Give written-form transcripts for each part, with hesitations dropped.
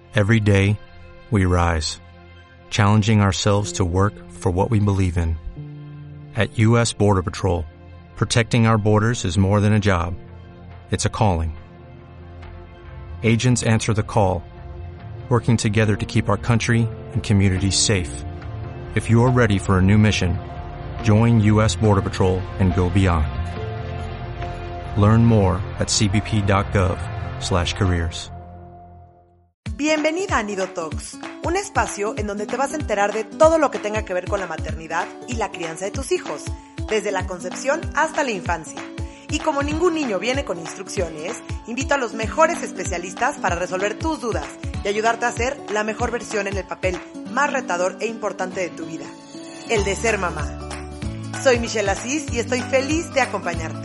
Every day, we rise, challenging ourselves to work for what we believe in. At U.S. Border Patrol, protecting our borders is more than a job. It's a calling. Agents answer the call, working together to keep our country and communities safe. If you're ready for a new mission, join U.S. Border Patrol and go beyond. Learn more at cbp.gov/careers. Bienvenida a Nido Talks, un espacio en donde te vas a enterar de todo lo que tenga que ver con la maternidad y la crianza de tus hijos, desde la concepción hasta la infancia. Y como ningún niño viene con instrucciones, invito a los mejores especialistas para resolver tus dudas y ayudarte a ser la mejor versión en el papel más retador e importante de tu vida, el de ser mamá. Soy Michelle Asís y estoy feliz de acompañarte.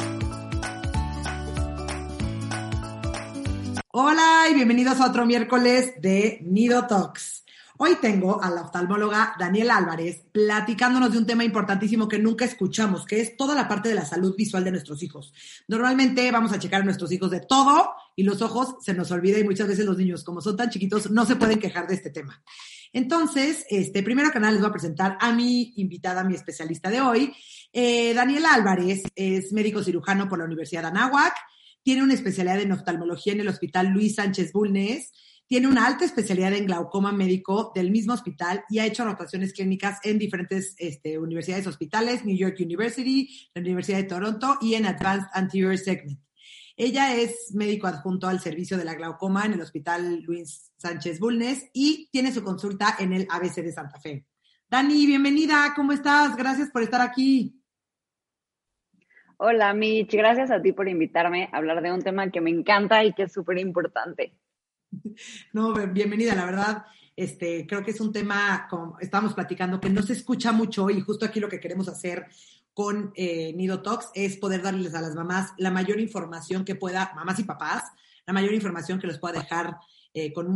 Hola y bienvenidos a otro miércoles de Nido Talks. Hoy tengo a la oftalmóloga Daniela Álvarez platicándonos de un tema importantísimo que nunca escuchamos, que es toda la parte de la salud visual de nuestros hijos. Normalmente vamos a checar a nuestros hijos de todo y los ojos se nos olvida y muchas veces los niños, como son tan chiquitos, no se pueden quejar de este tema. Entonces, primero que nada les voy a presentar a mi invitada, a mi especialista de hoy. Daniela Álvarez es médico cirujano por la Universidad de Anáhuac. Tiene una especialidad en oftalmología en el Hospital Luis Sánchez Bulnes, tiene una alta especialidad en glaucoma médico del mismo hospital y ha hecho rotaciones clínicas en diferentes universidades hospitales, New York University, la Universidad de Toronto y en Advanced Anterior Segment. Ella es médico adjunto al servicio de la glaucoma en el Hospital Luis Sánchez Bulnes y tiene su consulta en el ABC de Santa Fe. Dani, bienvenida, ¿cómo estás? Gracias por estar aquí. Hola, Mitch. Gracias a ti por invitarme a hablar de un tema que me encanta y que es súper importante. No, bienvenida, la verdad. Creo que es un tema, como estábamos platicando, que no se escucha mucho y justo aquí lo que queremos hacer con Nido Talks es poder darles a las mamás la mayor información que pueda, mamás y papás, la mayor información que les pueda dejar con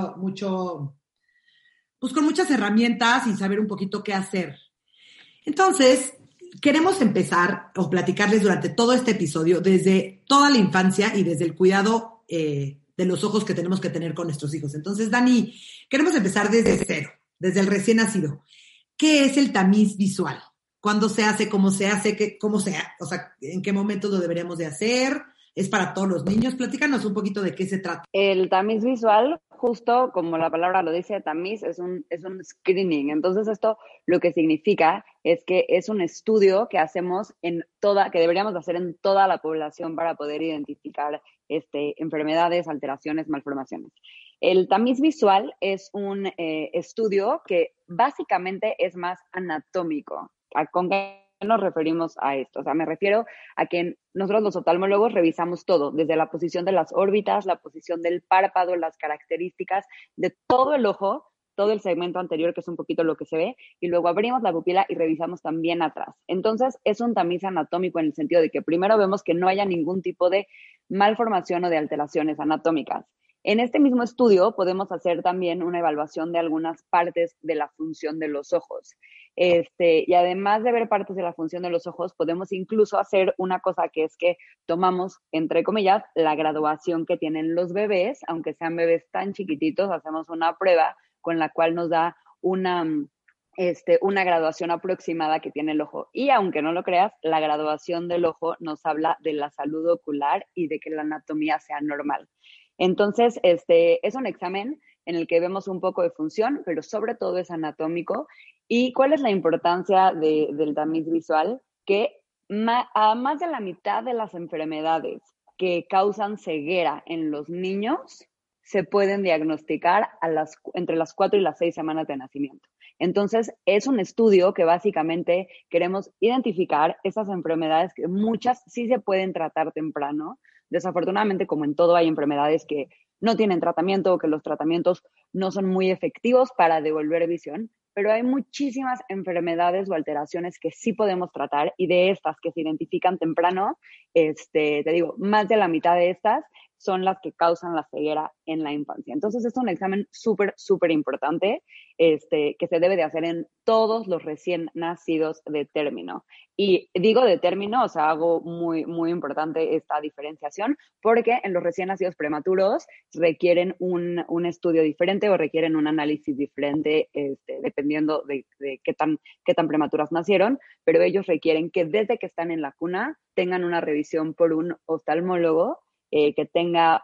pues con muchas herramientas y saber un poquito qué hacer. Entonces, queremos empezar o platicarles durante todo este episodio desde toda la infancia y desde el cuidado de los ojos que tenemos que tener con nuestros hijos. Entonces, Dani, queremos empezar desde cero, desde el recién nacido. ¿Qué es el tamiz visual? ¿Cuándo se hace? ¿Cómo se hace? ¿Cómo se hace? O sea, ¿en qué momento lo deberíamos de hacer? ¿Es para todos los niños? Platícanos un poquito de qué se trata. El tamiz visual, justo como la palabra lo dice, tamiz es un screening. Entonces esto lo que significa es que es un estudio que hacemos que deberíamos hacer en toda la población para poder identificar enfermedades, alteraciones, malformaciones. El tamiz visual es un estudio que básicamente es más anatómico. ¿Con qué nos referimos a esto? O sea, me refiero a que nosotros los oftalmólogos revisamos todo, desde la posición de las órbitas, la posición del párpado, las características de todo el ojo, todo el segmento anterior, que es un poquito lo que se ve, y luego abrimos la pupila y revisamos también atrás. Entonces, es un tamiz anatómico en el sentido de que primero vemos que no haya ningún tipo de malformación o de alteraciones anatómicas. En este mismo estudio podemos hacer también una evaluación de algunas partes de la función de los ojos. Y además de ver partes de la función de los ojos, podemos incluso hacer una cosa que es que tomamos, entre comillas, la graduación que tienen los bebés, aunque sean bebés tan chiquititos, hacemos una prueba con la cual nos da una graduación aproximada que tiene el ojo. Y aunque no lo creas, la graduación del ojo nos habla de la salud ocular y de que la anatomía sea normal. Entonces, es un examen en el que vemos un poco de función, pero sobre todo es anatómico. ¿Y cuál es la importancia del tamiz visual? Que a más de la mitad de las enfermedades que causan ceguera en los niños se pueden diagnosticar entre las 4 y las 6 semanas de nacimiento. Entonces, es un estudio que básicamente queremos identificar esas enfermedades que muchas sí se pueden tratar temprano. Desafortunadamente, como en todo, hay enfermedades que no tienen tratamiento o que los tratamientos no son muy efectivos para devolver visión, pero hay muchísimas enfermedades o alteraciones que sí podemos tratar y de estas que se identifican temprano, te digo, más de la mitad de estas son las que causan la ceguera en la infancia. Entonces es un examen súper, súper importante que se debe de hacer en todos los recién nacidos de término. Y digo de término, o sea, hago muy, muy importante esta diferenciación, porque en los recién nacidos prematuros requieren un estudio diferente o requieren un análisis diferente, dependiendo de qué tan prematuras nacieron, pero ellos requieren que desde que están en la cuna tengan una revisión por un oftalmólogo que tenga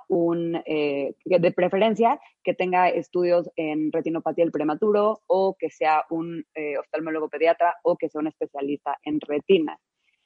de preferencia, que tenga estudios en retinopatía del prematuro o que sea un oftalmólogo pediatra o que sea un especialista en retina,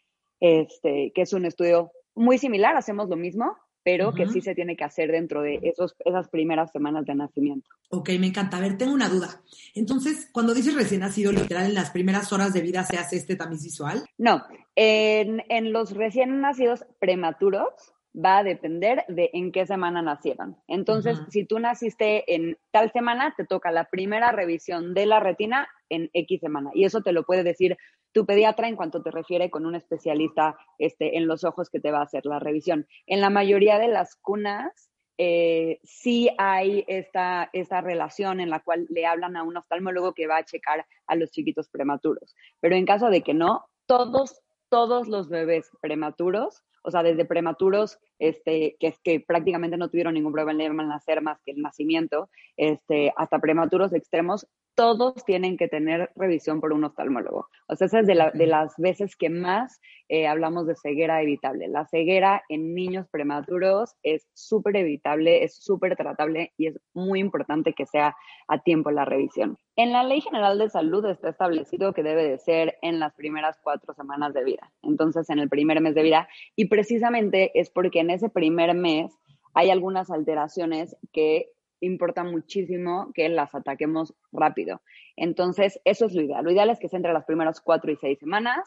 que es un estudio muy similar, hacemos lo mismo, pero que sí se tiene que hacer dentro de esas primeras semanas de nacimiento. Ok, me encanta. A ver, tengo una duda. Entonces, cuando dices recién nacido, literal, en las primeras horas de vida se hace este tamiz visual. No, en los recién nacidos prematuros va a depender de en qué semana nacieron. Entonces, si tú naciste en tal semana, te toca la primera revisión de la retina en X semana. Y eso te lo puede decir tu pediatra en cuanto te refiere con un especialista en los ojos que te va a hacer la revisión. En la mayoría de las cunas, sí hay esta relación en la cual le hablan a un oftalmólogo que va a checar a los chiquitos prematuros. Pero en caso de que no, todos los bebés prematuros, o sea, desde prematuros que prácticamente no tuvieron ningún problema al nacer más que el nacimiento, hasta prematuros extremos, todos tienen que tener revisión por un oftalmólogo. O sea, esa es de las veces que más hablamos de ceguera evitable. La ceguera en niños prematuros es súper evitable, es súper tratable y es muy importante que sea a tiempo la revisión. En la Ley General de Salud está establecido que debe de ser en las primeras 4 semanas de vida. Entonces, en el primer mes de vida. Y precisamente es porque en ese primer mes hay algunas alteraciones que importa muchísimo que las ataquemos rápido. Entonces, eso es lo ideal. Lo ideal es que sea entre las primeras 4 y 6 semanas,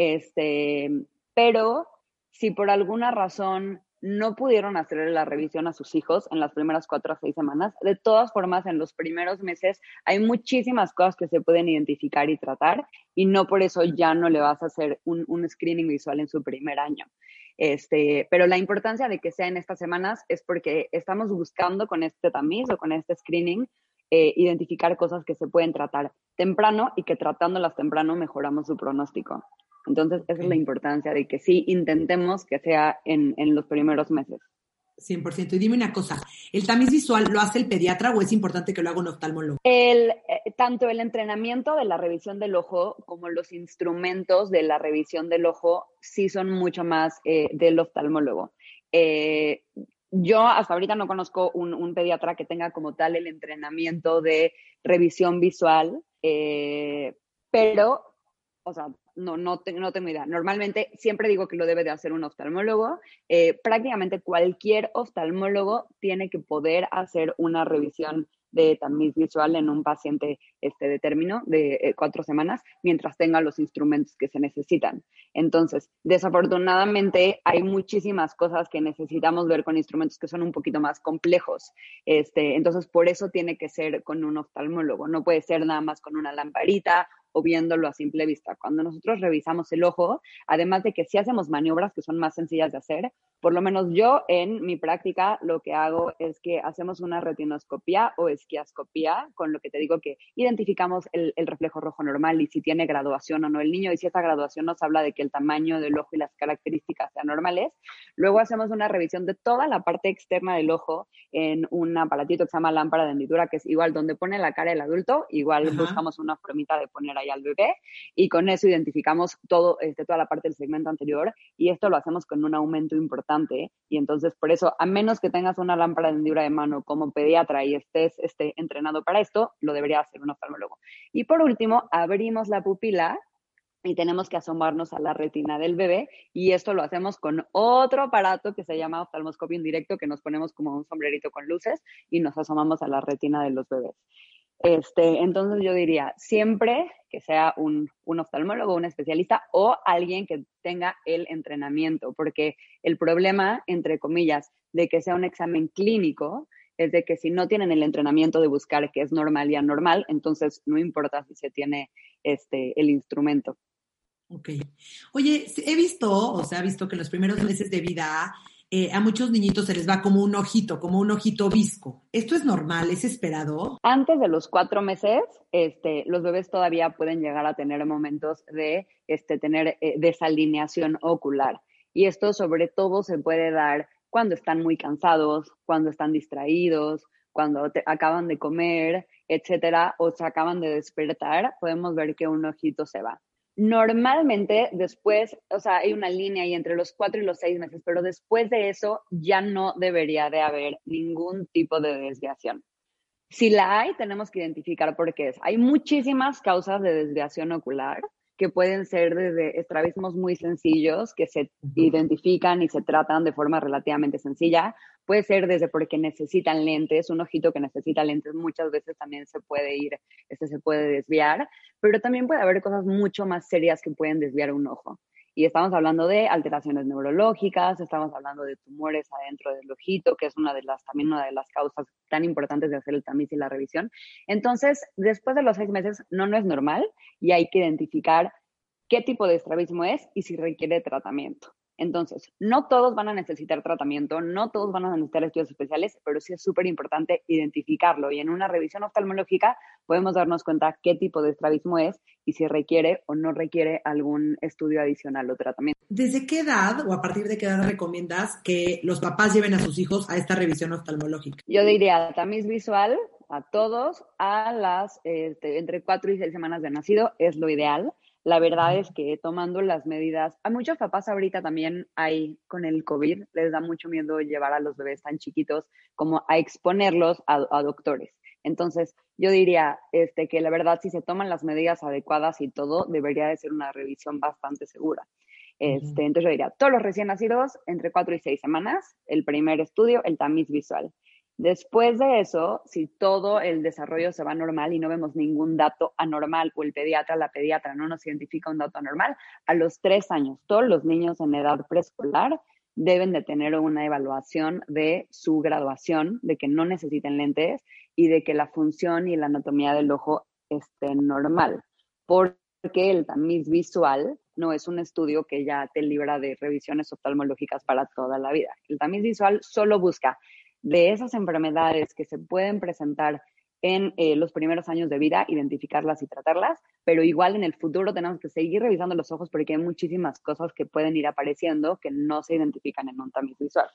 pero si por alguna razón no pudieron hacerle la revisión a sus hijos en las primeras 4 a 6 semanas, de todas formas, en los primeros meses hay muchísimas cosas que se pueden identificar y tratar, y no por eso ya no le vas a hacer un screening visual en su primer año. Pero la importancia de que sea en estas semanas es porque estamos buscando con este tamiz o con este screening identificar cosas que se pueden tratar temprano y que tratándolas temprano mejoramos su pronóstico. Entonces, esa es la importancia de que sí intentemos que sea en los primeros meses. 100%. Y dime una cosa, ¿el tamiz visual lo hace el pediatra o es importante que lo haga un oftalmólogo? Tanto el entrenamiento de la revisión del ojo como los instrumentos de la revisión del ojo sí son mucho más del oftalmólogo. Yo hasta ahorita no conozco un pediatra que tenga como tal el entrenamiento de revisión visual, pero, o sea, no tengo idea. Normalmente siempre digo que lo debe de hacer un oftalmólogo. Prácticamente cualquier oftalmólogo tiene que poder hacer una revisión de tamiz visual en un paciente de término de 4 semanas mientras tenga los instrumentos que se necesitan. Entonces, desafortunadamente hay muchísimas cosas que necesitamos ver con instrumentos que son un poquito más complejos. Entonces, por eso tiene que ser con un oftalmólogo. No puede ser nada más con una lamparita o viéndolo a simple vista. Cuando nosotros revisamos el ojo, además de que sí hacemos maniobras que son más sencillas de hacer, por lo menos yo en mi práctica lo que hago es que hacemos una retinoscopía o esquiascopía, con lo que te digo que identificamos el reflejo rojo normal y si tiene graduación o no el niño, y si esa graduación nos habla de que el tamaño del ojo y las características sean normales. Luego hacemos una revisión de toda la parte externa del ojo en un aparatito que se llama lámpara de hendidura, que es igual donde pone la cara el adulto, igual buscamos una formita de poner ahí al bebé y con eso identificamos toda la parte del segmento anterior, y esto lo hacemos con un aumento importante. Y entonces por eso, a menos que tengas una lámpara de hendidura de mano como pediatra y estés entrenado para esto, lo debería hacer un oftalmólogo. Y por último, abrimos la pupila y tenemos que asomarnos a la retina del bebé, y esto lo hacemos con otro aparato que se llama oftalmoscopio indirecto, que nos ponemos como un sombrerito con luces y nos asomamos a la retina de los bebés. Entonces yo diría, siempre que sea un oftalmólogo, un especialista o alguien que tenga el entrenamiento, porque el problema, entre comillas, de que sea un examen clínico es de que si no tienen el entrenamiento de buscar qué es normal y anormal, entonces no importa si se tiene el instrumento. Ok. Oye, he visto, que en los primeros meses de vida a muchos niñitos se les va como un ojito visco. ¿Esto es normal? ¿Es esperado? Antes de los 4 meses, los bebés todavía pueden llegar a tener momentos de tener desalineación ocular. Y esto sobre todo se puede dar cuando están muy cansados, cuando están distraídos, cuando acaban de comer, etcétera, o se acaban de despertar, podemos ver que un ojito se va. Normalmente después, o sea, hay una línea ahí entre los 4 y los 6 meses, pero después de eso ya no debería de haber ningún tipo de desviación. Si la hay, tenemos que identificar por qué es. Hay muchísimas causas de desviación ocular que pueden ser desde estrabismos muy sencillos que se identifican y se tratan de forma relativamente sencilla. Puede ser desde porque necesitan lentes, un ojito que necesita lentes muchas veces también se puede ir, se puede desviar, pero también puede haber cosas mucho más serias que pueden desviar un ojo. Y estamos hablando de alteraciones neurológicas, estamos hablando de tumores adentro del ojito, que es también una de las causas tan importantes de hacer el tamiz y la revisión. Entonces, después de los 6 meses, no es normal y hay que identificar qué tipo de estrabismo es y si requiere tratamiento. Entonces, no todos van a necesitar tratamiento, no todos van a necesitar estudios especiales, pero sí es súper importante identificarlo. Y en una revisión oftalmológica podemos darnos cuenta qué tipo de estrabismo es y si requiere o no requiere algún estudio adicional o tratamiento. ¿Desde qué edad o a partir de qué edad recomiendas que los papás lleven a sus hijos a esta revisión oftalmológica? Yo diría tamiz visual a todos a las entre 4 y 6 semanas de nacido es lo ideal. La verdad es que tomando las medidas, a muchos papás ahorita también hay con el COVID, les da mucho miedo llevar a los bebés tan chiquitos como a exponerlos a doctores. Entonces, yo diría que la verdad, si se toman las medidas adecuadas y todo, debería de ser una revisión bastante segura. Entonces yo diría, todos los recién nacidos, entre 4 y 6 semanas, el primer estudio, el tamiz visual. Después de eso, si todo el desarrollo se va normal y no vemos ningún dato anormal o el pediatra, la pediatra no nos identifica un dato anormal, a los 3 años, todos los niños en edad preescolar deben de tener una evaluación de su graduación, de que no necesiten lentes y de que la función y la anatomía del ojo estén normal. Porque el tamiz visual no es un estudio que ya te libra de revisiones oftalmológicas para toda la vida. El tamiz visual solo busca de esas enfermedades que se pueden presentar en los primeros años de vida, identificarlas y tratarlas, pero igual en el futuro tenemos que seguir revisando los ojos porque hay muchísimas cosas que pueden ir apareciendo que no se identifican en un tamiz visual.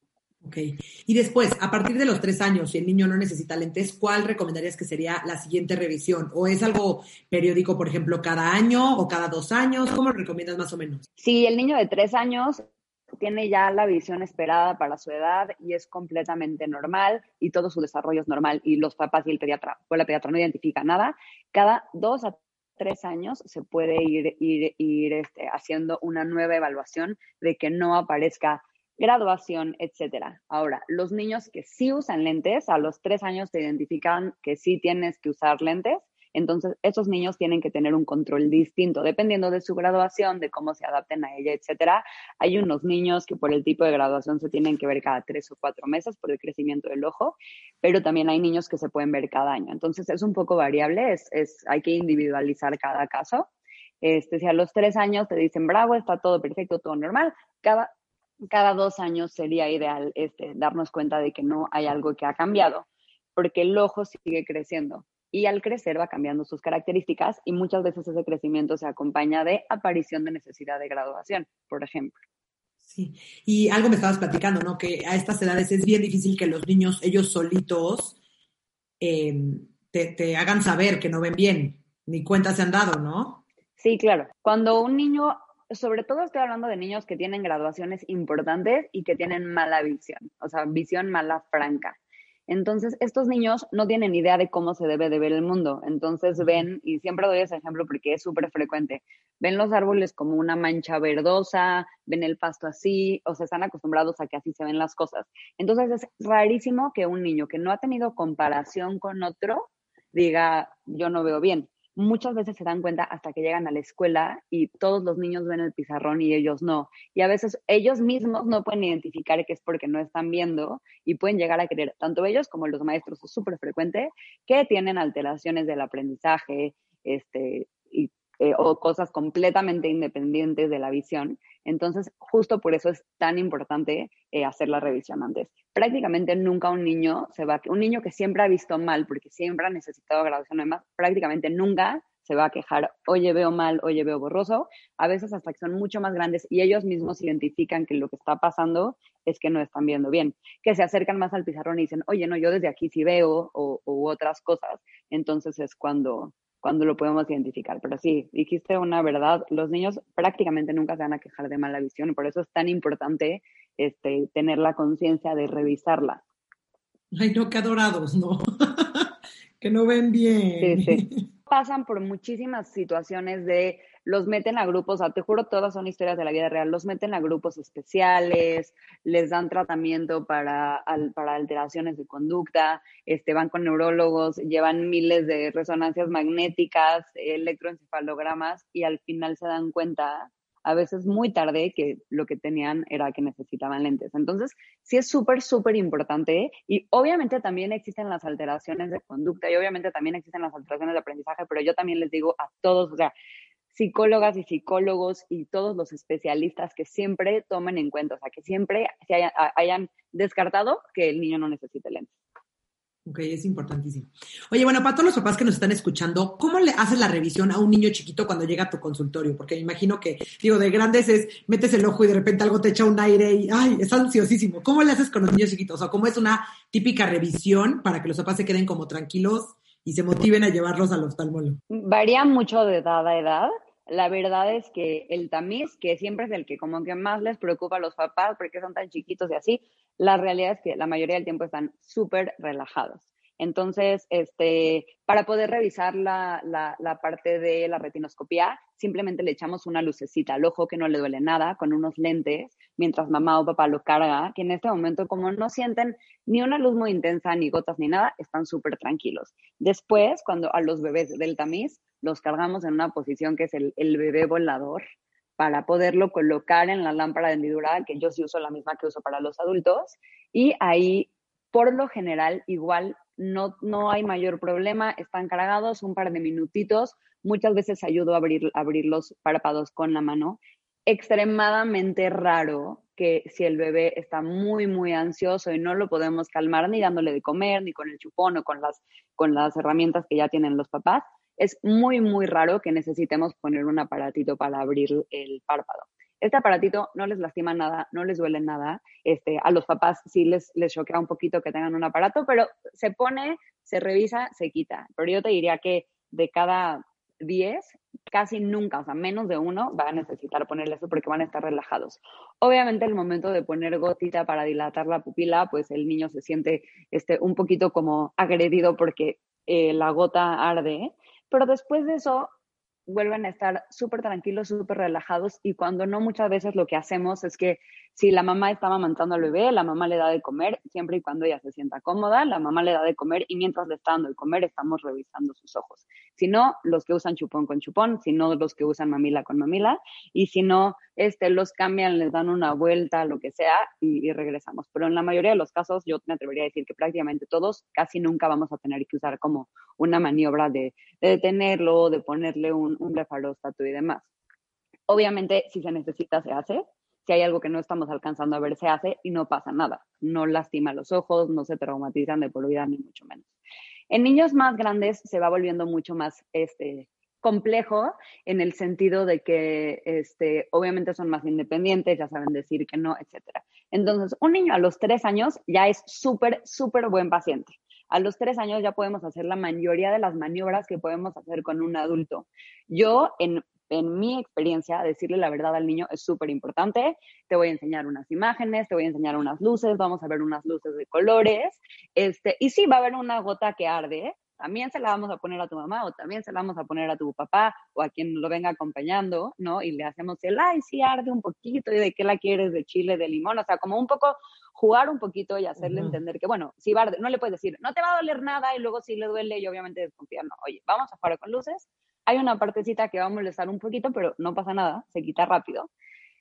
Ok. Y después, a partir de los 3 años, si el niño no necesita lentes, ¿cuál recomendarías que sería la siguiente revisión? ¿O es algo periódico, por ejemplo, cada año o cada 2 años? ¿Cómo lo recomiendas más o menos? Si el niño de 3 años tiene ya la visión esperada para su edad y es completamente normal y todo su desarrollo es normal y los papás y el pediatra o la pediatra no identifican nada, cada 2 a 3 años se puede ir haciendo una nueva evaluación de que no aparezca graduación, etcétera. Ahora, los niños que sí usan lentes, a los 3 años te identifican que sí tienes que usar lentes. Entonces, esos niños tienen que tener un control distinto, dependiendo de su graduación, de cómo se adapten a ella, etcétera. Hay unos niños que por el tipo de graduación se tienen que ver cada 3 o 4 meses por el crecimiento del ojo, pero también hay niños que se pueden ver cada año. Entonces, es un poco variable, hay que individualizar cada caso. Si a los 3 años te dicen, bravo, está todo perfecto, todo normal, cada 2 años sería ideal darnos cuenta de que no hay algo que ha cambiado, porque el ojo sigue creciendo. Y al crecer va cambiando sus características y muchas veces ese crecimiento se acompaña de aparición de necesidad de graduación, por ejemplo. Sí, y algo me estabas platicando, ¿no? Que a estas edades es bien difícil que los niños, ellos solitos, te hagan saber que no ven bien, ni cuenta se han dado, ¿no? Sí, claro. Cuando un niño, sobre todo estoy hablando de niños que tienen graduaciones importantes y que tienen mala visión, o sea, visión mala franca. Entonces, estos niños no tienen idea de cómo se debe de ver el mundo. Entonces ven, y siempre doy ese ejemplo porque es súper frecuente, ven los árboles como una mancha verdosa, ven el pasto así, o sea, están acostumbrados a que así se ven las cosas. Entonces es rarísimo que un niño que no ha tenido comparación con otro diga, yo no veo bien. Muchas veces se dan cuenta hasta que llegan a la escuela y todos los niños ven el pizarrón y ellos no. Y a veces ellos mismos no pueden identificar que es porque no están viendo y pueden llegar a creer, tanto ellos como los maestros, es súper frecuente, que tienen alteraciones del aprendizaje o cosas completamente independientes de la visión. Entonces, justo por eso es tan importante hacer la revisión antes. Prácticamente nunca un niño un niño que siempre ha visto mal, porque siempre ha necesitado graduación, además, prácticamente nunca se va a quejar, oye, veo mal, oye, veo borroso. A veces hasta que son mucho más grandes y ellos mismos identifican que lo que está pasando es que no están viendo bien, que se acercan más al pizarrón y dicen, oye, no, yo desde aquí sí veo, o otras cosas. Entonces es cuando lo podemos identificar. Pero sí, dijiste una verdad, los niños prácticamente nunca se van a quejar de mala visión, y por eso es tan importante tener la conciencia de revisarla. Ay, no, qué adorados, ¿no? Que no ven bien. Sí, sí. Pasan por muchísimas situaciones los meten a grupos, o sea, te juro, todas son historias de la vida real, los meten a grupos especiales, les dan tratamiento para alteraciones de conducta, van con neurólogos, llevan miles de resonancias magnéticas, electroencefalogramas, y al final se dan cuenta, a veces muy tarde, que lo que tenían era que necesitaban lentes. Entonces, sí es súper, súper importante, y obviamente también existen las alteraciones de conducta y obviamente también existen las alteraciones de aprendizaje, pero yo también les digo a todos, o sea, psicólogas y psicólogos y todos los especialistas, que siempre tomen en cuenta, o sea, que siempre hayan descartado que el niño no necesite lentes. Ok, es importantísimo. Oye, bueno, para todos los papás que nos están escuchando, ¿cómo le haces la revisión a un niño chiquito cuando llega a tu consultorio? Porque me imagino que, digo, de grandes metes el ojo y de repente algo te echa un aire y, ay, es ansiosísimo. ¿Cómo le haces con los niños chiquitos? O sea, ¿cómo es una típica revisión para que los papás se queden como tranquilos y se motiven a llevarlos al oftalmólogo? Varía mucho de edad a edad. La verdad es que el tamiz, que siempre es el que como que más les preocupa a los papás porque son tan chiquitos y así, la realidad es que la mayoría del tiempo están súper relajados. Entonces, para poder revisar la parte de la retinoscopía, simplemente le echamos una lucecita al ojo que no le duele nada, con unos lentes, mientras mamá o papá lo carga, que en este momento, como no sienten ni una luz muy intensa, ni gotas, ni nada, están súper tranquilos. Después, cuando a los bebés del tamiz, los cargamos en una posición que es el bebé volador, para poderlo colocar en la lámpara de hendidura, que yo sí uso la misma que uso para los adultos, y ahí, por lo general, igual no hay mayor problema, están cargados un par de minutitos, muchas veces ayudo a abrir los párpados con la mano. Extremadamente raro que si el bebé está muy, muy ansioso y no lo podemos calmar ni dándole de comer, ni con el chupón o con las herramientas que ya tienen los papás, es muy, muy raro que necesitemos poner un aparatito para abrir el párpado. Este aparatito no les lastima nada, no les duele nada. A los papás sí les choquea un poquito que tengan un aparato, pero se pone, se revisa, se quita. Pero yo te diría que de cada 10, casi nunca, o sea, menos de uno va a necesitar ponerle eso porque van a estar relajados. Obviamente el momento de poner gotita para dilatar la pupila, pues el niño se siente un poquito como agredido porque la gota arde, pero después de eso vuelven a estar súper tranquilos, súper relajados, y cuando no, muchas veces lo que hacemos es que si la mamá está amamantando al bebé, la mamá le da de comer, siempre y cuando ella se sienta cómoda, la mamá le da de comer, y mientras le está dando de comer estamos revisando sus ojos. Si no, los que usan chupón con chupón, si no, los que usan mamila con mamila, y si no, los cambian, les dan una vuelta, lo que sea, y regresamos. Pero en la mayoría de los casos, yo me atrevería a decir que prácticamente todos, casi nunca vamos a tener que usar como una maniobra de detenerlo, de ponerle un blefaróstato y demás. Obviamente, si se necesita, se hace. Si hay algo que no estamos alcanzando a ver, se hace y no pasa nada. No lastima los ojos, no se traumatizan de por vida, ni mucho menos. En niños más grandes se va volviendo mucho más complejo, en el sentido de que obviamente son más independientes, ya saben decir que no, etcétera. Entonces, un niño a los 3 años ya es súper, súper buen paciente. A los 3 años ya podemos hacer la mayoría de las maniobras que podemos hacer con un adulto. Yo, en mi experiencia, decirle la verdad al niño es súper importante. Te voy a enseñar unas imágenes, te voy a enseñar unas luces, vamos a ver unas luces de colores, y sí, va a haber una gota que arde, también se la vamos a poner a tu mamá, o también se la vamos a poner a tu papá, o a quien lo venga acompañando, ¿no? Y le hacemos ay, sí arde un poquito, ¿y de qué la quieres? ¿De chile, de limón? O sea, como un poco jugar un poquito y hacerle entender que, bueno, si va a arder, no le puedes decir, no te va a doler nada, y luego si le duele, y obviamente desconfiar, no, oye, vamos a jugar con luces, hay una partecita que va a molestar un poquito, pero no pasa nada, se quita rápido.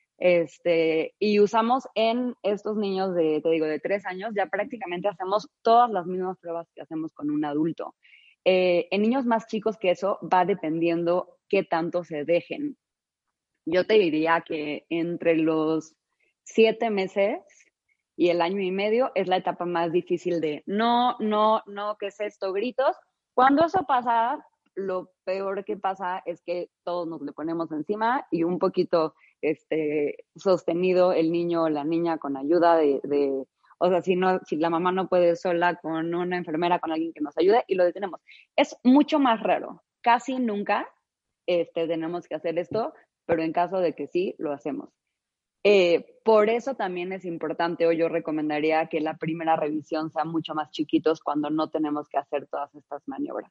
Y usamos en estos niños de 3 años, ya prácticamente hacemos todas las mismas pruebas que hacemos con un adulto. En niños más chicos que eso va dependiendo qué tanto se dejen. yo te diría que entre los 7 meses y el año y medio es la etapa más difícil de no, ¿qué es esto? Gritos. Cuando eso pasa, lo peor que pasa es que todos nos le ponemos encima y un poquito sostenido el niño o la niña con ayuda o sea, si la mamá no puede sola, con una enfermera, con alguien que nos ayude y lo detenemos. Es mucho más raro. Casi nunca tenemos que hacer esto, pero en caso de que sí, lo hacemos. Por eso también es importante, o yo recomendaría que la primera revisión sea mucho más chiquitos cuando no tenemos que hacer todas estas maniobras.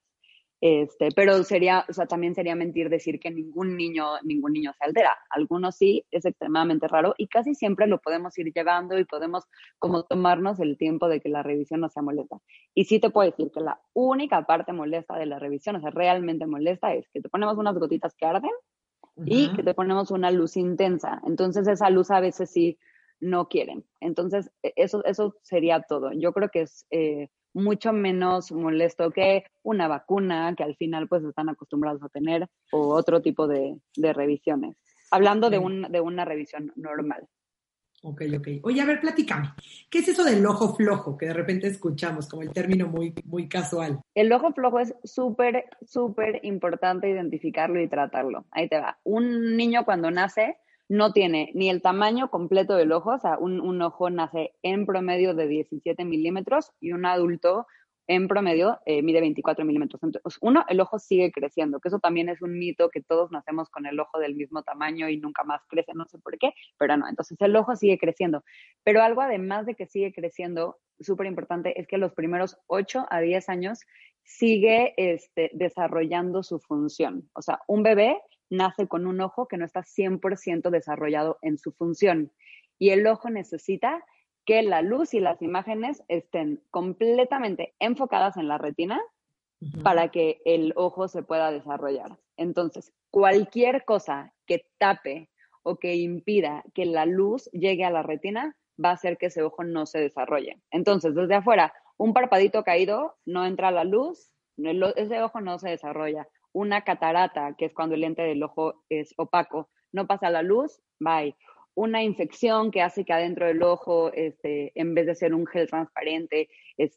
Pero también sería mentir decir que ningún niño se altera. Algunos sí, es extremadamente raro y casi siempre lo podemos ir llevando y podemos como tomarnos el tiempo de que la revisión no sea molesta. Y sí te puedo decir que la única parte molesta de la revisión, o sea, realmente molesta, es que te ponemos unas gotitas que arden y que te ponemos una luz intensa. Entonces esa luz a veces sí no quieren. Entonces eso sería todo. Yo creo que es mucho menos molesto que una vacuna que al final pues están acostumbrados a tener o otro tipo de revisiones. Hablando de una revisión normal. Ok. Oye, a ver, platícame. ¿Qué es eso del ojo flojo que de repente escuchamos como el término muy, muy casual? El ojo flojo es súper, súper importante identificarlo y tratarlo. Ahí te va. Un niño cuando nace no tiene ni el tamaño completo del ojo, o sea, un ojo nace en promedio de 17 milímetros y un adulto en promedio mide 24 milímetros. Entonces, el ojo sigue creciendo, que eso también es un mito, que todos nacemos con el ojo del mismo tamaño y nunca más crece, no sé por qué, pero no, entonces el ojo sigue creciendo. Pero algo además de que sigue creciendo, súper importante, es que los primeros 8 a 10 años sigue desarrollando su función. O sea, un bebé nace con un ojo que no está 100% desarrollado en su función y el ojo necesita que la luz y las imágenes estén completamente enfocadas en la retina para que el ojo se pueda desarrollar. Entonces, cualquier cosa que tape o que impida que la luz llegue a la retina va a hacer que ese ojo no se desarrolle. Entonces, desde afuera, un parpadito caído, no entra la luz, ese ojo no se desarrolla. Una catarata, que es cuando el lente del ojo es opaco, no pasa la luz, bye. Una infección que hace que adentro del ojo, en vez de ser un gel transparente,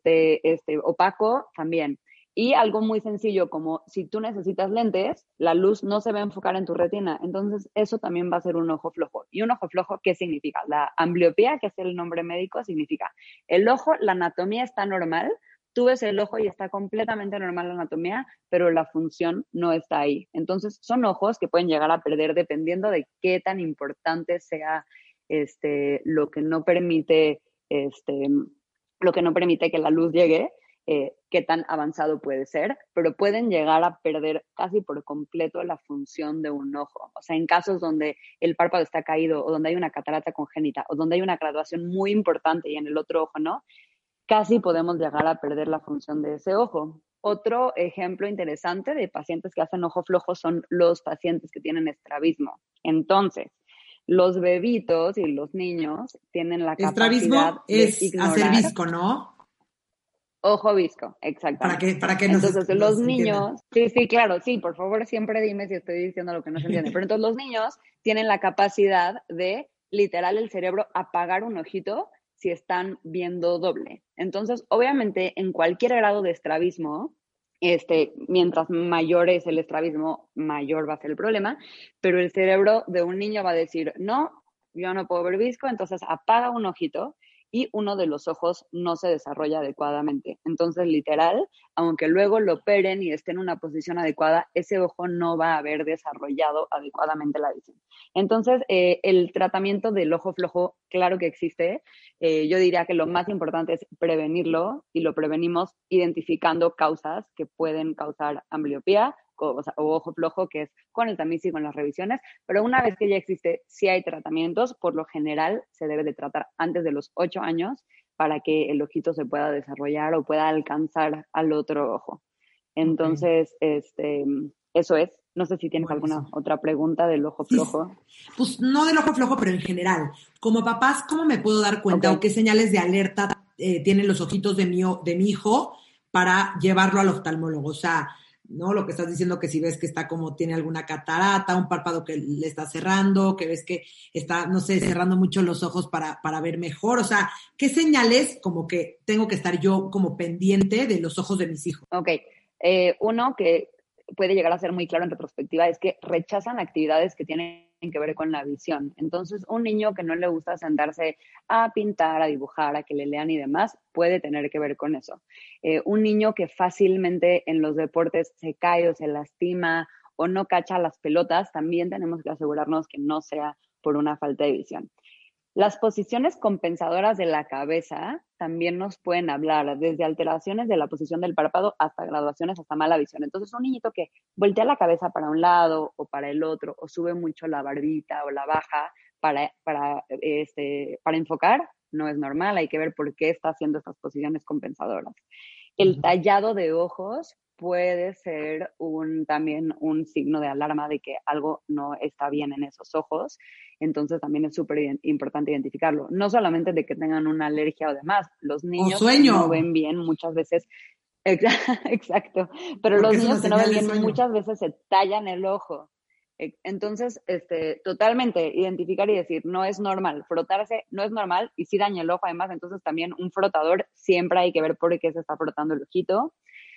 opaco, también. Y algo muy sencillo, como si tú necesitas lentes, la luz no se va a enfocar en tu retina. Entonces, eso también va a ser un ojo flojo. ¿Y un ojo flojo qué significa? La ambliopía, que es el nombre médico, significa el ojo, la anatomía está normal, tú ves el ojo y está completamente normal la anatomía, pero la función no está ahí. Entonces, son ojos que pueden llegar a perder dependiendo de qué tan importante sea lo que no permite que la luz llegue, qué tan avanzado puede ser, pero pueden llegar a perder casi por completo la función de un ojo. O sea, en casos donde el párpado está caído o donde hay una catarata congénita o donde hay una graduación muy importante y en el otro ojo no, casi podemos llegar a perder la función de ese ojo. Otro ejemplo interesante de pacientes que hacen ojo flojo son los pacientes que tienen estrabismo. Entonces, los bebitos y los niños tienen la capacidad de ignorar. Hacer visco, ¿no? Ojo visco, exactamente. Para que entonces, los niños, sí, claro, sí, por favor, siempre dime si estoy diciendo lo que no se entiende. Pero entonces los niños tienen la capacidad de, literal, el cerebro apagar un ojito si están viendo doble. Entonces, obviamente, en cualquier grado de estrabismo, mientras mayor es el estrabismo, mayor va a ser el problema, pero el cerebro de un niño va a decir, no, yo no puedo ver visco, entonces apaga un ojito y uno de los ojos no se desarrolla adecuadamente. Entonces, literal, aunque luego lo operen y esté en una posición adecuada, ese ojo no va a haber desarrollado adecuadamente la visión. Entonces, el tratamiento del ojo flojo, claro que existe. Yo diría que lo más importante es prevenirlo y lo prevenimos identificando causas que pueden causar ambliopía, o ojo flojo, que es con el tamiz y con las revisiones, pero una vez que ya existe, sí hay tratamientos, por lo general se debe de tratar antes de los 8 años para que el ojito se pueda desarrollar o pueda alcanzar al otro ojo. Entonces, eso es. No sé si tienes alguna otra pregunta del ojo flojo. Pues no del ojo flojo, pero en general. Como papás, ¿cómo me puedo dar cuenta o qué señales de alerta tienen los ojitos de mi hijo para llevarlo al oftalmólogo? O sea, ¿no? Lo que estás diciendo, que si ves que está como tiene alguna catarata, un párpado que le está cerrando, que ves que está, no sé, cerrando mucho los ojos para ver mejor. O sea, ¿qué señales como que tengo que estar yo como pendiente de los ojos de mis hijos? Ok. Uno que puede llegar a ser muy claro en retrospectiva es que rechazan actividades que tienen que ver con la visión. Entonces, un niño que no le gusta sentarse a pintar, a dibujar, a que le lean y demás, puede tener que ver con eso. Un niño que fácilmente en los deportes se cae o se lastima o no cacha las pelotas, también tenemos que asegurarnos que no sea por una falta de visión. Las posiciones compensadoras de la cabeza también nos pueden hablar, desde alteraciones de la posición del párpado hasta graduaciones, hasta mala visión. Entonces, un niñito que voltea la cabeza para un lado o para el otro, o sube mucho la barbita o la baja para enfocar, no es normal. Hay que ver por qué está haciendo estas posiciones compensadoras. El tallado de ojos puede ser también un signo de alarma de que algo no está bien en esos ojos. Entonces también es súper importante identificarlo. No solamente de que tengan una alergia o demás, los niños que no ven bien muchas veces, exacto, pero los niños que no ven bien muchas veces se tallan el ojo. Entonces, totalmente identificar y decir, no es normal, frotarse no es normal y sí daña el ojo además, entonces también un frotador siempre hay que ver por qué se está frotando el ojito.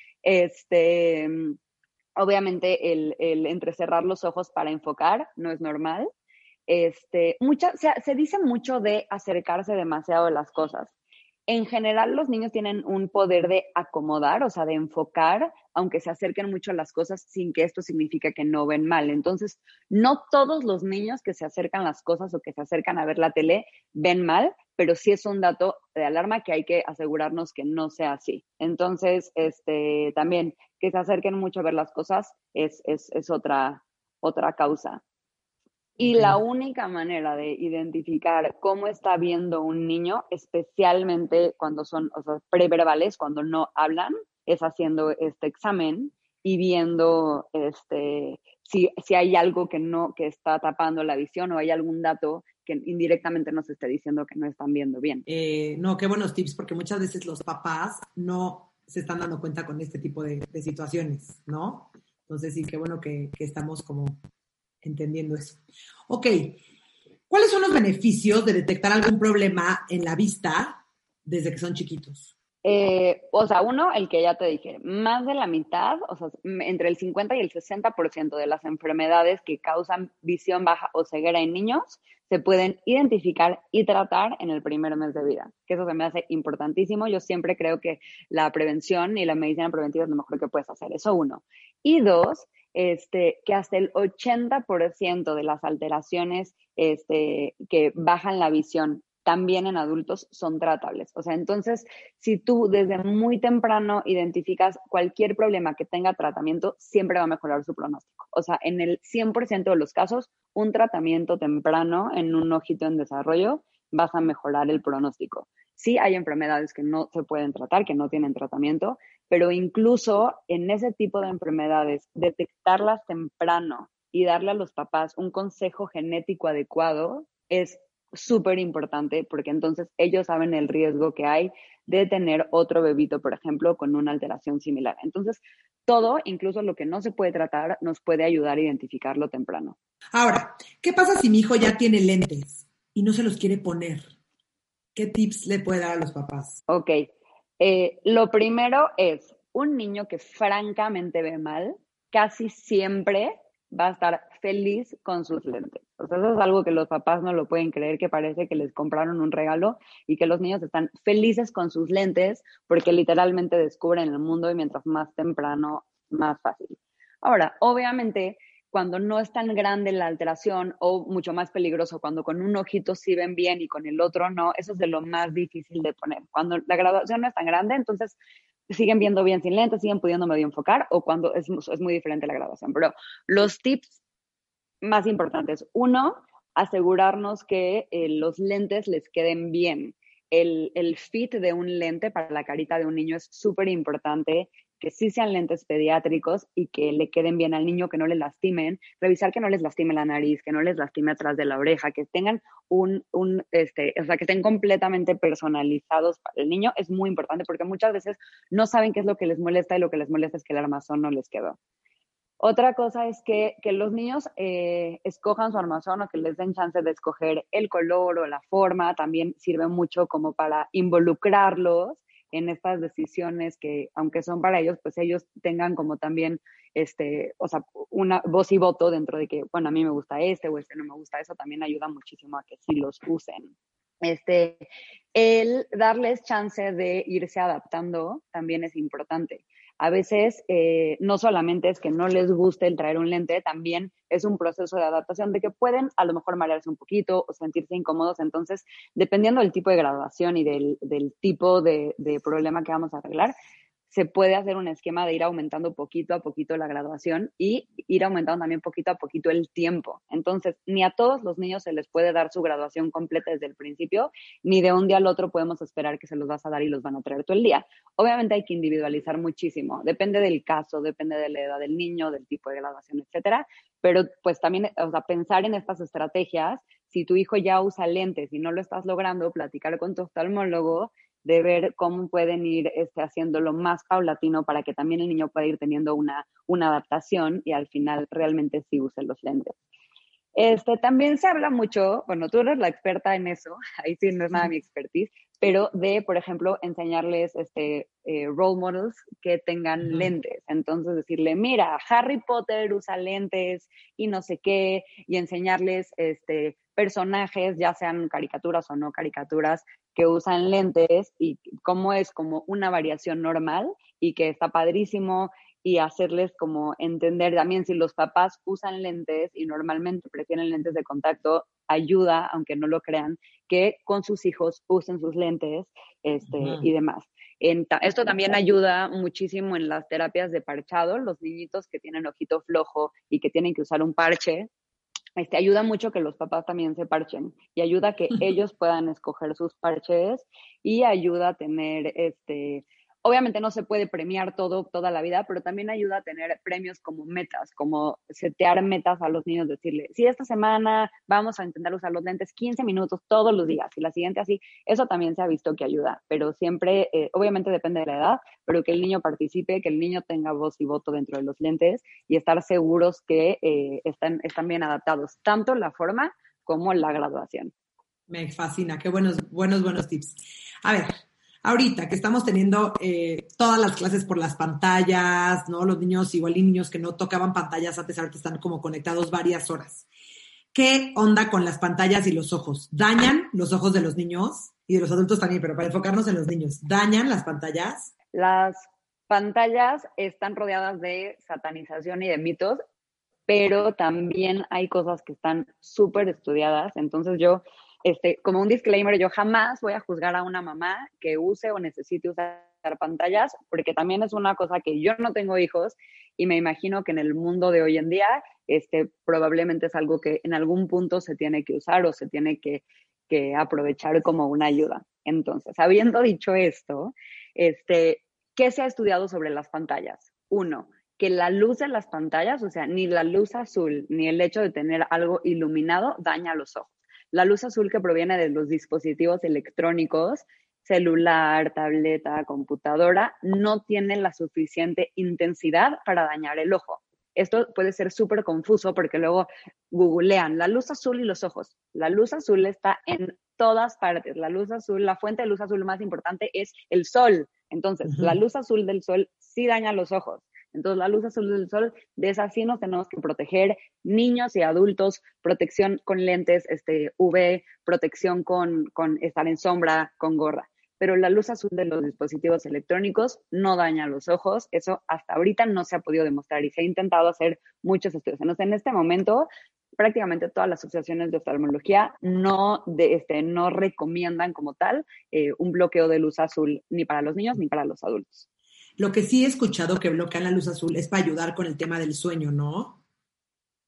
Obviamente el entrecerrar los ojos para enfocar no es normal. Se dice mucho de acercarse demasiado a las cosas. En general, los niños tienen un poder de acomodar, o sea, de enfocar, aunque se acerquen mucho a las cosas sin que esto signifique que no ven mal. Entonces, no todos los niños que se acercan a las cosas o que se acercan a ver la tele ven mal, pero sí es un dato de alarma que hay que asegurarnos que no sea así. Entonces, también que se acerquen mucho a ver las cosas es otra causa. Y la única manera de identificar cómo está viendo un niño, especialmente cuando son preverbales, cuando no hablan, es haciendo este examen y viendo si hay algo que está tapando la visión o hay algún dato que indirectamente nos esté diciendo que no están viendo bien. No, qué buenos tips, porque muchas veces los papás no se están dando cuenta con este tipo de situaciones, ¿no? Entonces sí, qué bueno que estamos como entendiendo eso. Ok, ¿cuáles son los beneficios de detectar algún problema en la vista desde que son chiquitos? Uno, el que ya te dije, más de la mitad, entre el 50 y el 60% de las enfermedades que causan visión baja o ceguera en niños se pueden identificar y tratar en el primer mes de vida, que eso se me hace importantísimo. Yo siempre creo que la prevención y la medicina preventiva es lo mejor que puedes hacer, eso uno. Y dos, que hasta el 80% de las alteraciones que bajan la visión también en adultos son tratables. O sea, entonces, si tú desde muy temprano identificas cualquier problema que tenga tratamiento, siempre va a mejorar su pronóstico. O sea, en el 100% de los casos, un tratamiento temprano en un ojito en desarrollo vas a mejorar el pronóstico. Sí hay enfermedades que no se pueden tratar, que no tienen tratamiento, pero incluso en ese tipo de enfermedades, detectarlas temprano y darle a los papás un consejo genético adecuado es súper importante, porque entonces ellos saben el riesgo que hay de tener otro bebito, por ejemplo, con una alteración similar. Entonces, todo, incluso lo que no se puede tratar, nos puede ayudar a identificarlo temprano. Ahora, ¿qué pasa si mi hijo ya tiene lentes y no se los quiere poner? ¿Qué tips le puede dar a los papás? Ok, lo primero es, un niño que francamente ve mal, casi siempre va a estar feliz con sus lentes. O sea, eso es algo que los papás no lo pueden creer, que parece que les compraron un regalo y que los niños están felices con sus lentes porque literalmente descubren el mundo y mientras más temprano, más fácil. Ahora, obviamente, cuando no es tan grande la alteración o mucho más peligroso, cuando con un ojito sí ven bien y con el otro no, eso es de lo más difícil de poner. Cuando la graduación no es tan grande, entonces siguen viendo bien sin lentes, siguen pudiendo medio enfocar, o cuando es muy diferente la graduación. Pero los tips más importantes, uno, asegurarnos que los lentes les queden bien. El fit de un lente para la carita de un niño es súper importante, que sí sean lentes pediátricos y que le queden bien al niño, que no le lastimen, revisar que no les lastime la nariz, que no les lastime atrás de la oreja, que tengan o sea, que estén completamente personalizados para el niño, es muy importante porque muchas veces no saben qué es lo que les molesta y lo que les molesta es que el armazón no les quedó. Otra cosa es que los niños escojan su armazón o que les den chance de escoger el color o la forma. También sirve mucho como para involucrarlos en estas decisiones que, aunque son para ellos, pues ellos tengan como también, o sea, una voz y voto dentro de que, bueno, a mí me gusta o no me gusta. Eso también ayuda muchísimo a que sí los usen. El darles chance de irse adaptando también es importante. A veces no solamente es que no les guste el traer un lente, también es un proceso de adaptación de que pueden a lo mejor marearse un poquito o sentirse incómodos. Entonces, dependiendo del tipo de graduación y del tipo de problema que vamos a arreglar, se puede hacer un esquema de ir aumentando poquito a poquito la graduación y ir aumentando también poquito a poquito el tiempo. Entonces, ni a todos los niños se les puede dar su graduación completa desde el principio, ni de un día al otro podemos esperar que se los vas a dar y los van a traer todo el día. Obviamente hay que individualizar muchísimo. Depende del caso, depende de la edad del niño, del tipo de graduación, etcétera. Pero pues también, o sea, pensar en estas estrategias, si tu hijo ya usa lentes y no lo estás logrando, platicar con tu oftalmólogo de ver cómo pueden ir haciéndolo más paulatino para que también el niño pueda ir teniendo una adaptación y al final realmente sí use los lentes. También se habla mucho, bueno, tú eres la experta en eso, ahí sí no es nada mi expertise, pero de, por ejemplo, enseñarles role models que tengan lentes. Entonces decirle, mira, Harry Potter usa lentes y no sé qué, y enseñarles personajes, ya sean caricaturas o no caricaturas, que usan lentes y cómo es como una variación normal y que está padrísimo, y hacerles como entender también si los papás usan lentes y normalmente prefieren lentes de contacto, ayuda, aunque no lo crean, que con sus hijos usen sus lentes y demás. Esto también ayuda muchísimo en las terapias de parchado, los niñitos que tienen ojito flojo y que tienen que usar un parche. Ayuda mucho que los papás también se parchen y ayuda a que ellos puedan escoger sus parches y ayuda a tener obviamente no se puede premiar toda la vida, pero también ayuda a tener premios como metas, como setear metas a los niños, decirle, si esta semana vamos a intentar usar los lentes 15 minutos todos los días y la siguiente así, eso también se ha visto que ayuda, pero siempre, obviamente depende de la edad, pero que el niño participe, que el niño tenga voz y voto dentro de los lentes y estar seguros que están bien adaptados, tanto la forma como la graduación. Me fascina, qué buenos tips. A ver, ahorita que estamos teniendo todas las clases por las pantallas, ¿no? Los niños, igual y niños que no tocaban pantallas antes, ahorita están como conectados varias horas. ¿Qué onda con las pantallas y los ojos? ¿Dañan los ojos de los niños? Y de los adultos también, pero para enfocarnos en los niños. ¿Dañan las pantallas? Las pantallas están rodeadas de satanización y de mitos, pero también hay cosas que están súper estudiadas. Entonces yo, como un disclaimer, yo jamás voy a juzgar a una mamá que use o necesite usar pantallas, porque también es una cosa que yo no tengo hijos y me imagino que en el mundo de hoy en día, probablemente es algo que en algún punto se tiene que usar o se tiene que aprovechar como una ayuda. Entonces, habiendo dicho esto, ¿qué se ha estudiado sobre las pantallas? Uno, que la luz de las pantallas, o sea, ni la luz azul ni el hecho de tener algo iluminado daña los ojos. La luz azul que proviene de los dispositivos electrónicos, celular, tableta, computadora, no tiene la suficiente intensidad para dañar el ojo. Esto puede ser súper confuso porque luego googlean la luz azul y los ojos. La luz azul está en todas partes. La luz azul, la fuente de luz azul más importante es el sol. Entonces, la luz azul del sol sí daña los ojos. Entonces, la luz azul del sol, de esa sí nos tenemos que proteger, niños y adultos, protección con lentes UV, protección con estar en sombra, con gorra. Pero la luz azul de los dispositivos electrónicos no daña los ojos. Eso hasta ahorita no se ha podido demostrar y se ha intentado hacer muchos estudios. Entonces, en este momento, prácticamente todas las asociaciones de oftalmología no recomiendan como tal un bloqueo de luz azul ni para los niños ni para los adultos. Lo que sí he escuchado que bloquean la luz azul es para ayudar con el tema del sueño, ¿no?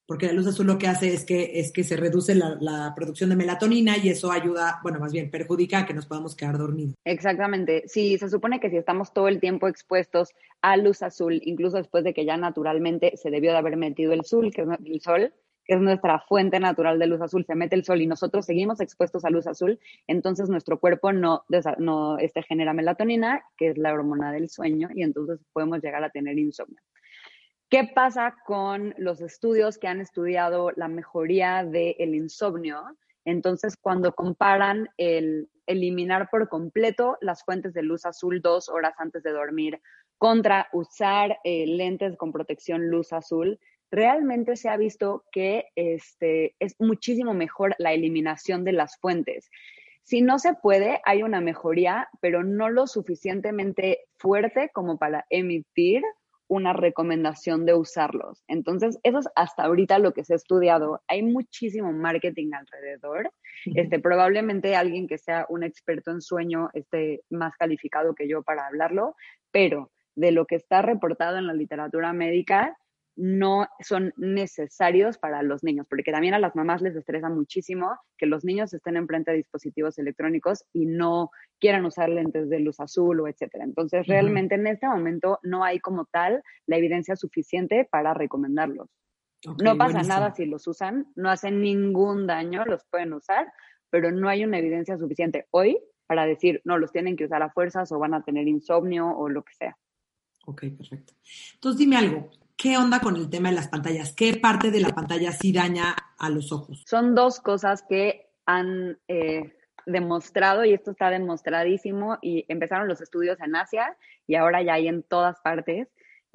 Porque la luz azul lo que hace es que se reduce la producción de melatonina y eso ayuda, bueno, más bien perjudica a que nos podamos quedar dormidos. Exactamente. Sí, se supone que si estamos todo el tiempo expuestos a luz azul, incluso después de que ya naturalmente se debió de haber metido el sol, que es nuestra fuente natural de luz azul, se mete el sol y nosotros seguimos expuestos a luz azul, entonces nuestro cuerpo no genera melatonina, que es la hormona del sueño, y entonces podemos llegar a tener insomnio. ¿Qué pasa con los estudios que han estudiado la mejoría del insomnio? Entonces, cuando comparan el eliminar por completo las fuentes de luz azul 2 horas antes de dormir contra usar lentes con protección luz azul, realmente se ha visto que es muchísimo mejor la eliminación de las fuentes. Si no se puede, hay una mejoría, pero no lo suficientemente fuerte como para emitir una recomendación de usarlos. Entonces, eso es hasta ahorita lo que se ha estudiado. Hay muchísimo marketing alrededor. Probablemente alguien que sea un experto en sueño esté más calificado que yo para hablarlo, pero de lo que está reportado en la literatura médica, no son necesarios para los niños, porque también a las mamás les estresa muchísimo que los niños estén enfrente de dispositivos electrónicos y no quieran usar lentes de luz azul o etcétera. Entonces, realmente en este momento no hay como tal la evidencia suficiente para recomendarlos. Okay, no pasa nada si los usan, no hacen ningún daño, los pueden usar, pero no hay una evidencia suficiente hoy para decir, no, los tienen que usar a fuerzas o van a tener insomnio o lo que sea. Ok, perfecto. Entonces, dime algo. ¿Qué onda con el tema de las pantallas? ¿Qué parte de la pantalla sí daña a los ojos? Son dos cosas que han demostrado, y esto está demostradísimo, y empezaron los estudios en Asia y ahora ya hay en todas partes,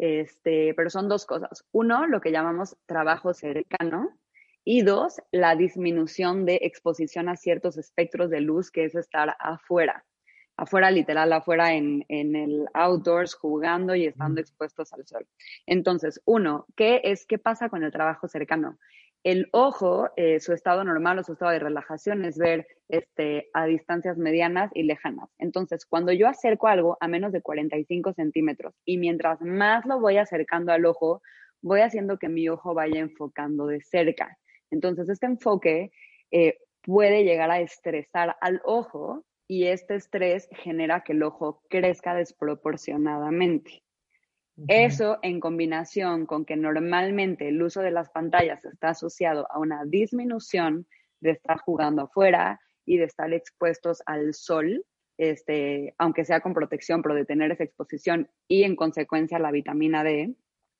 pero son dos cosas. Uno, lo que llamamos trabajo cercano, y dos, la disminución de exposición a ciertos espectros de luz, que es estar afuera, literal, afuera en el outdoors, jugando y estando expuestos al sol. Entonces, uno, ¿qué pasa con el trabajo cercano? El ojo, su estado normal o su estado de relajación es ver a distancias medianas y lejanas. Entonces, cuando yo acerco algo a menos de 45 centímetros y mientras más lo voy acercando al ojo, voy haciendo que mi ojo vaya enfocando de cerca. Entonces, este enfoque puede llegar a estresar al ojo, y este estrés genera que el ojo crezca desproporcionadamente. Eso, en combinación con que normalmente el uso de las pantallas está asociado a una disminución de estar jugando afuera y de estar expuestos al sol, aunque sea con protección, pero de tener esa exposición y en consecuencia la vitamina D,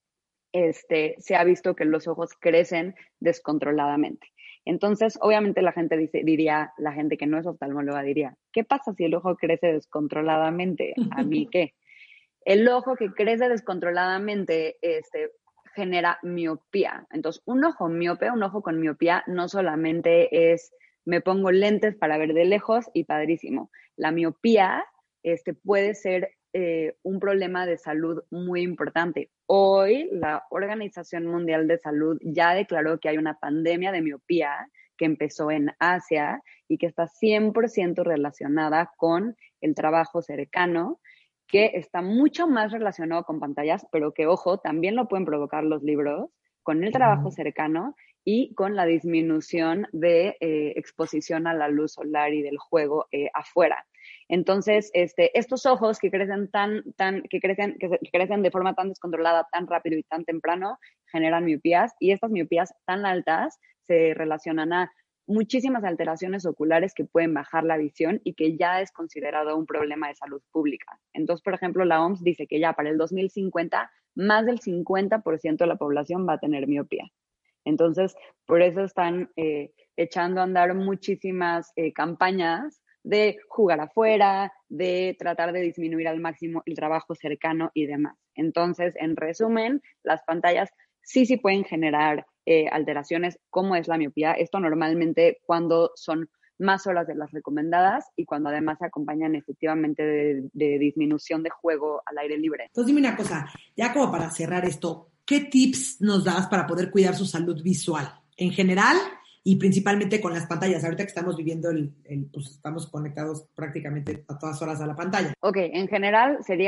se ha visto que los ojos crecen descontroladamente. Entonces, obviamente la gente la gente que no es oftalmóloga diría, ¿qué pasa si el ojo crece descontroladamente? ¿A mí qué? El ojo que crece descontroladamente genera miopía. Entonces, un ojo con miopía no solamente es, me pongo lentes para ver de lejos y padrísimo. La miopía puede ser un problema de salud muy importante. Hoy, la Organización Mundial de Salud ya declaró que hay una pandemia de miopía que empezó en Asia y que está 100% relacionada con el trabajo cercano, que está mucho más relacionado con pantallas, pero que, ojo, también lo pueden provocar los libros, con el trabajo cercano y con la disminución de exposición a la luz solar y del juego afuera. Entonces, estos ojos que crecen que crecen de forma tan descontrolada, tan rápido y tan temprano, generan miopías, y estas miopías tan altas se relacionan a muchísimas alteraciones oculares que pueden bajar la visión y que ya es considerado un problema de salud pública. Entonces, por ejemplo, la OMS dice que ya para el 2050, más del 50% de la población va a tener miopía. Entonces, por eso están echando a andar muchísimas campañas de jugar afuera, de tratar de disminuir al máximo el trabajo cercano y demás. Entonces, en resumen, las pantallas sí pueden generar alteraciones como es la miopía. Esto normalmente cuando son más horas de las recomendadas y cuando además se acompañan efectivamente de disminución de juego al aire libre. Entonces dime una cosa, ya como para cerrar esto, ¿qué tips nos das para poder cuidar su salud visual en general y principalmente con las pantallas? Ahorita que estamos viviendo pues estamos conectados prácticamente a todas horas a la pantalla. Ok, en general sería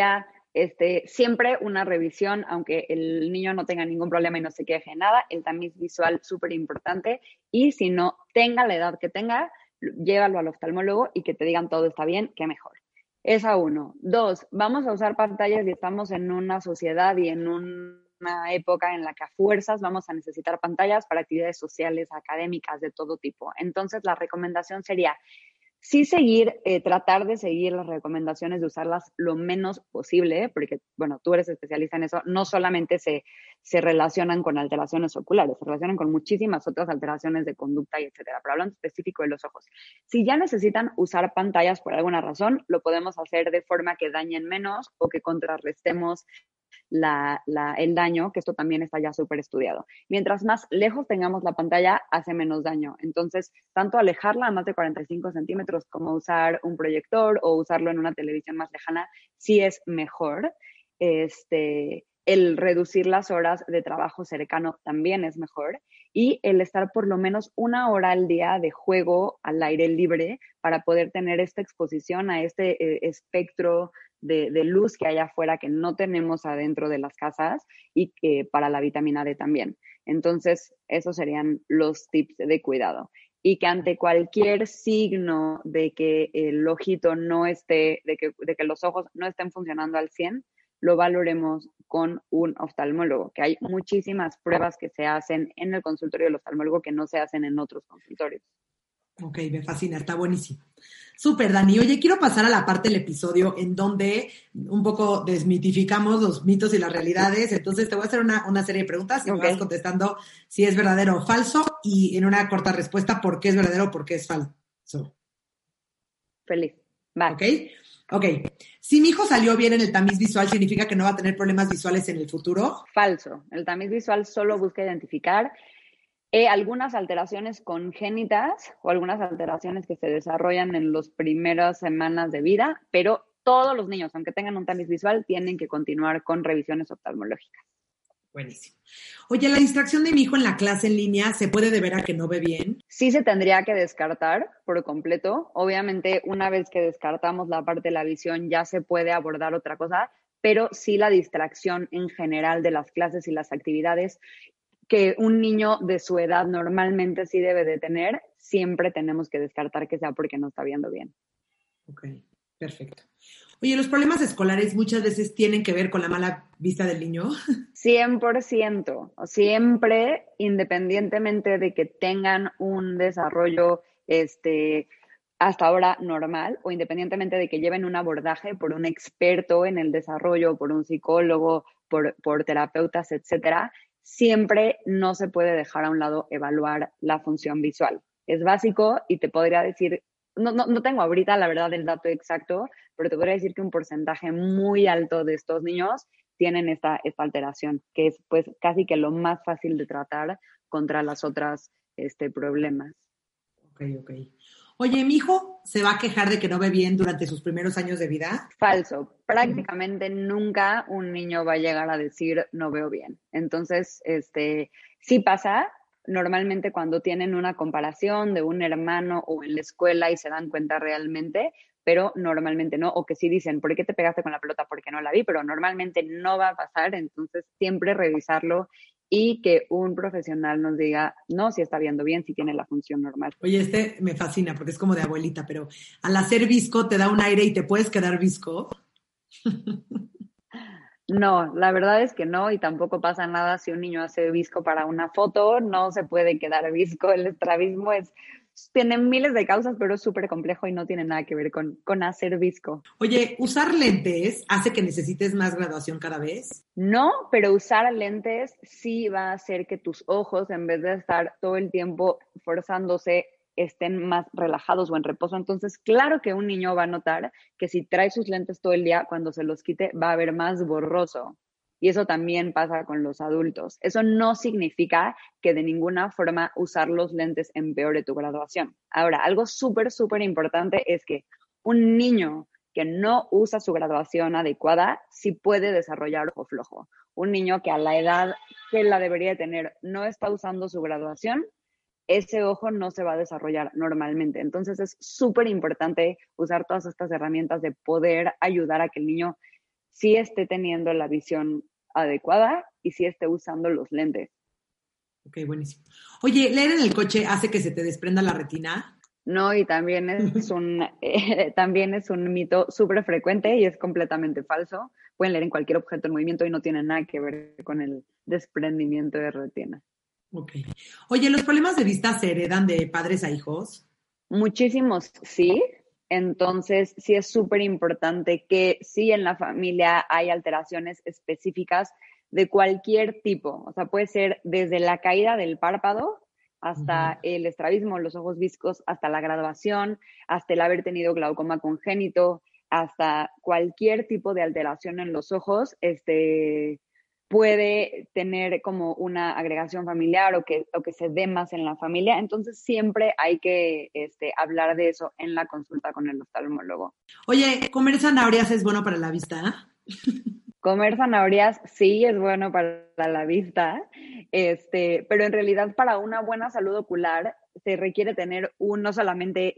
Siempre una revisión, aunque el niño no tenga ningún problema y no se queje de nada, el tamiz visual súper importante, y si no tenga la edad que tenga, llévalo al oftalmólogo y que te digan todo está bien, qué mejor. Esa uno. Dos, vamos a usar pantallas y estamos en una sociedad y en una época en la que a fuerzas vamos a necesitar pantallas para actividades sociales, académicas, de todo tipo. Entonces, la recomendación sería sí tratar de seguir las recomendaciones de usarlas lo menos posible, porque, bueno, tú eres especialista en eso, no solamente se relacionan con alteraciones oculares, se relacionan con muchísimas otras alteraciones de conducta y etcétera, pero hablando específico de los ojos. Si ya necesitan usar pantallas por alguna razón, lo podemos hacer de forma que dañen menos o que contrarrestemos el daño, que esto también está ya súper estudiado. Mientras más lejos tengamos la pantalla, hace menos daño. Entonces, tanto alejarla a más de 45 centímetros como usar un proyector o usarlo en una televisión más lejana, sí es mejor. El reducir las horas de trabajo cercano también es mejor, y el estar por lo menos 1 hora al día de juego al aire libre para poder tener esta exposición a este espectro de luz que hay afuera que no tenemos adentro de las casas, y que para la vitamina D también. Entonces, esos serían los tips de cuidado. Y que ante cualquier signo de que el ojito no esté, de que los ojos no estén funcionando al 100, lo valoremos con un oftalmólogo, que hay muchísimas pruebas que se hacen en el consultorio del oftalmólogo que no se hacen en otros consultorios. Ok, me fascina, está buenísimo. Súper, Dani. Oye, quiero pasar a la parte del episodio en donde un poco desmitificamos los mitos y las realidades. Entonces te voy a hacer una serie de preguntas y me vas contestando si es verdadero o falso, y en una corta respuesta por qué es verdadero o por qué es falso. Feliz. Bye. Ok. Si mi hijo salió bien en el tamiz visual, ¿significa que no va a tener problemas visuales en el futuro? Falso. El tamiz visual solo busca identificar algunas alteraciones congénitas o algunas alteraciones que se desarrollan en las primeras semanas de vida, pero todos los niños, aunque tengan un tamiz visual, tienen que continuar con revisiones oftalmológicas. Buenísimo. Oye, ¿la distracción de mi hijo en la clase en línea se puede deber a que no ve bien? Sí, se tendría que descartar por completo. Obviamente, una vez que descartamos la parte de la visión, ya se puede abordar otra cosa, pero sí la distracción en general de las clases y las actividades que un niño de su edad normalmente sí debe de tener, siempre tenemos que descartar que sea porque no está viendo bien. Ok, perfecto. Oye, ¿los problemas escolares muchas veces tienen que ver con la mala vista del niño? 100%. Siempre, independientemente de que tengan un desarrollo hasta ahora normal, o independientemente de que lleven un abordaje por un experto en el desarrollo, por un psicólogo, por terapeutas, etcétera, siempre no se puede dejar a un lado evaluar la función visual. Es básico, y te podría decir, no tengo ahorita la verdad el dato exacto, pero te podría decir que un porcentaje muy alto de estos niños tienen esta alteración, que es pues casi que lo más fácil de tratar contra las otras problemas. Ok. Oye, ¿mi hijo se va a quejar de que no ve bien durante sus primeros años de vida? Falso. Prácticamente nunca un niño va a llegar a decir no veo bien. Entonces, sí pasa. Normalmente cuando tienen una comparación de un hermano o en la escuela y se dan cuenta realmente, pero normalmente no, o que sí dicen, ¿por qué te pegaste con la pelota? Porque no la vi, pero normalmente no va a pasar. Entonces siempre revisarlo y que un profesional nos diga, no, si está viendo bien, si tiene la función normal. Oye, me fascina porque es como de abuelita, pero al hacer visco te da un aire y te puedes quedar visco. No, la verdad es que no, y tampoco pasa nada si un niño hace visco para una foto, no se puede quedar visco. El estrabismo tiene miles de causas, pero es súper complejo y no tiene nada que ver con hacer visco. Oye, ¿usar lentes hace que necesites más graduación cada vez? No, pero usar lentes sí va a hacer que tus ojos, en vez de estar todo el tiempo forzándose, estén más relajados o en reposo. Entonces, claro que un niño va a notar que si trae sus lentes todo el día, cuando se los quite, va a ver más borroso. Y eso también pasa con los adultos. Eso no significa que de ninguna forma usar los lentes empeore tu graduación. Ahora, algo súper, súper importante es que un niño que no usa su graduación adecuada sí puede desarrollar ojo flojo. Un niño que a la edad que la debería tener no está usando su graduación, ese ojo no se va a desarrollar normalmente. Entonces es súper importante usar todas estas herramientas de poder ayudar a que el niño sí esté teniendo la visión adecuada y sí esté usando los lentes. Ok, buenísimo. Oye, ¿leer en el coche hace que se te desprenda la retina? No, y también también es un mito súper frecuente y es completamente falso. Pueden leer en cualquier objeto en movimiento y no tiene nada que ver con el desprendimiento de retina. Ok. Oye, ¿los problemas de vista se heredan de padres a hijos? Muchísimos sí. Entonces, sí es súper importante que sí en la familia hay alteraciones específicas de cualquier tipo. O sea, puede ser desde la caída del párpado hasta el estrabismo, los ojos viscos, hasta la graduación, hasta el haber tenido glaucoma congénito, hasta cualquier tipo de alteración en los ojos, puede tener como una agregación familiar o que se dé más en la familia. Entonces siempre hay que hablar de eso en la consulta con el oftalmólogo. Oye, ¿comer zanahorias es bueno para la vista? Comer zanahorias sí es bueno para la vista, pero en realidad para una buena salud ocular se requiere tener no solamente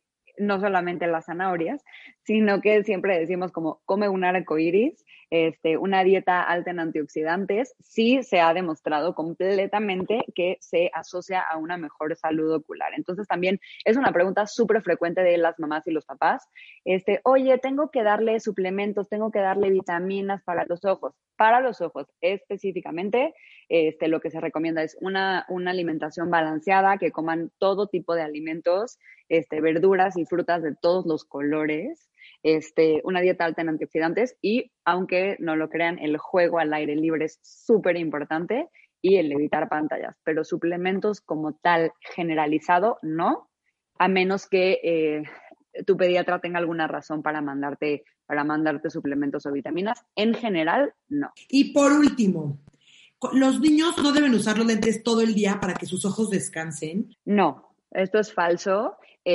las zanahorias, sino que siempre decimos como come un arco iris, una dieta alta en antioxidantes. Sí se ha demostrado completamente que se asocia a una mejor salud ocular. Entonces también es una pregunta súper frecuente de las mamás y los papás. Oye, tengo que darle suplementos, tengo que darle vitaminas para los ojos. Para los ojos específicamente, lo que se recomienda es una alimentación balanceada, que coman todo tipo de alimentos, verduras y frutas de todos los colores, una dieta alta en antioxidantes y, aunque no lo crean, el juego al aire libre es súper importante y el evitar pantallas, pero suplementos como tal generalizado no, a menos que tu pediatra tenga alguna razón para mandarte suplementos o vitaminas. En general, no. Y por último, ¿los niños no deben usar los lentes todo el día para que sus ojos descansen? No, esto es falso.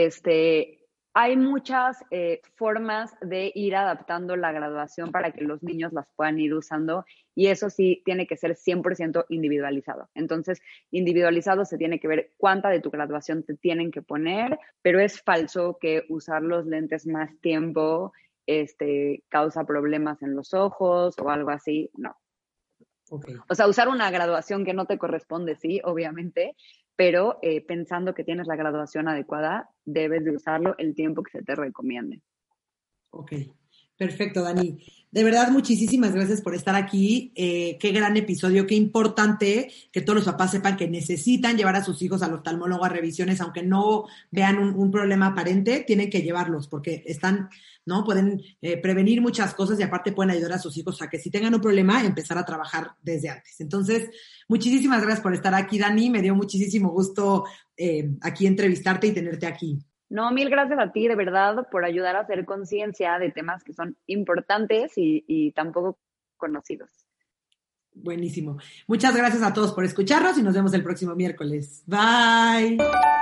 Hay muchas formas de ir adaptando la graduación para que los niños las puedan ir usando y eso sí tiene que ser 100% individualizado. Entonces, individualizado se tiene que ver cuánta de tu graduación te tienen que poner, pero es falso que usar los lentes más tiempo causa problemas en los ojos o algo así, no. Okay. O sea, usar una graduación que no te corresponde, sí, obviamente, pero pensando que tienes la graduación adecuada, debes de usarlo el tiempo que se te recomiende. Ok, perfecto, Dani. De verdad, muchísimas gracias por estar aquí. Qué gran episodio, qué importante que todos los papás sepan que necesitan llevar a sus hijos al oftalmólogo a revisiones, aunque no vean un problema aparente, tienen que llevarlos porque están, ¿no? Pueden prevenir muchas cosas y aparte pueden ayudar a sus hijos a que si tengan un problema, empezar a trabajar desde antes. Entonces, muchísimas gracias por estar aquí, Dani. Me dio muchísimo gusto aquí entrevistarte y tenerte aquí. No, mil gracias a ti, de verdad, por ayudar a hacer conciencia de temas que son importantes y tampoco conocidos. Buenísimo. Muchas gracias a todos por escucharnos y nos vemos el próximo miércoles. Bye.